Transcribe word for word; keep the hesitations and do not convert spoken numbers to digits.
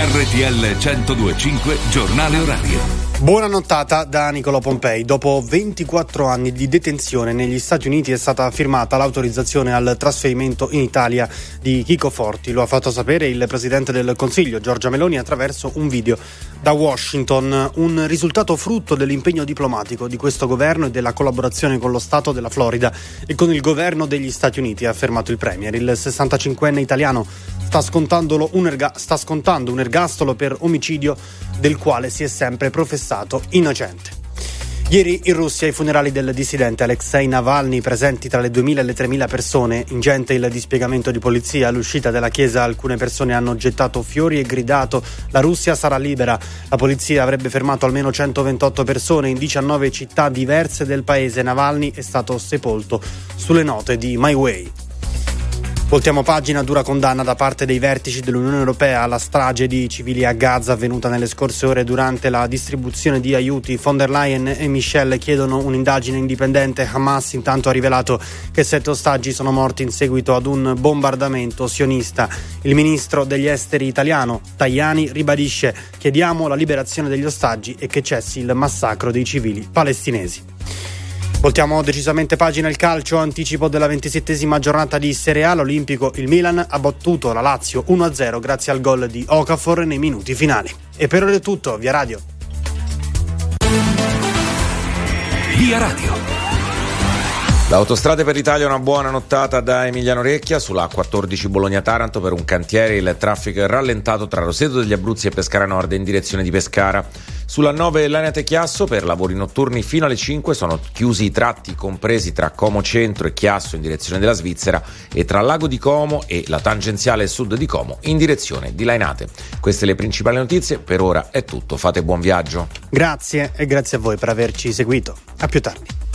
R T L centodue e cinque Giornale Orario. Buona nottata da Nicolò Pompei. Dopo ventiquattro anni di detenzione negli Stati Uniti è stata firmata l'autorizzazione al trasferimento in Italia di Chico Forti. Lo ha fatto sapere il Presidente del Consiglio, Giorgia Meloni, attraverso un video da Washington. Un risultato frutto dell'impegno diplomatico di questo governo e della collaborazione con lo Stato della Florida e con il governo degli Stati Uniti, ha affermato il Premier. Il sessantacinquenne italiano sta scontando un, erga- sta scontando un ergastolo per omicidio del quale si è sempre professato innocente. Ieri in Russia i funerali del dissidente Alexei Navalny, presenti tra le duemila e le tremila persone, ingente il dispiegamento di polizia. All'uscita della chiesa alcune persone hanno gettato fiori e gridato "La Russia sarà libera". La polizia avrebbe fermato almeno centoventotto persone in diciannove città diverse del paese. Navalny è stato sepolto sulle note di My Way. Voltiamo pagina. Dura condanna da parte dei vertici dell'Unione Europea alla strage di civili a Gaza avvenuta nelle scorse ore durante la distribuzione di aiuti. Von der Leyen e Michel chiedono un'indagine indipendente. Hamas intanto ha rivelato che sette ostaggi sono morti in seguito ad un bombardamento sionista. Il ministro degli esteri italiano Tajani ribadisce: chiediamo la liberazione degli ostaggi e che cessi il massacro dei civili palestinesi. Voltiamo decisamente pagina. Il calcio, anticipo della ventisettesima giornata di Serie A. L'Olimpico, il Milan ha battuto la Lazio uno a zero grazie al gol di Okafor nei minuti finali. E per ora è tutto, via radio. Via radio. L'Autostrade per l'Italia, una buona nottata da Emiliano Recchia. Sulla A quattordici Bologna-Taranto per un cantiere il traffico è rallentato tra Roseto degli Abruzzi e Pescara Nord in direzione di Pescara. Sulla nove Lanate-Chiasso per lavori notturni fino alle cinque sono chiusi i tratti compresi tra Como Centro e Chiasso in direzione della Svizzera e tra Lago di Como e la tangenziale sud di Como in direzione di Lainate. Queste le principali notizie, per ora è tutto, fate buon viaggio. Grazie e grazie a voi per averci seguito. A più tardi.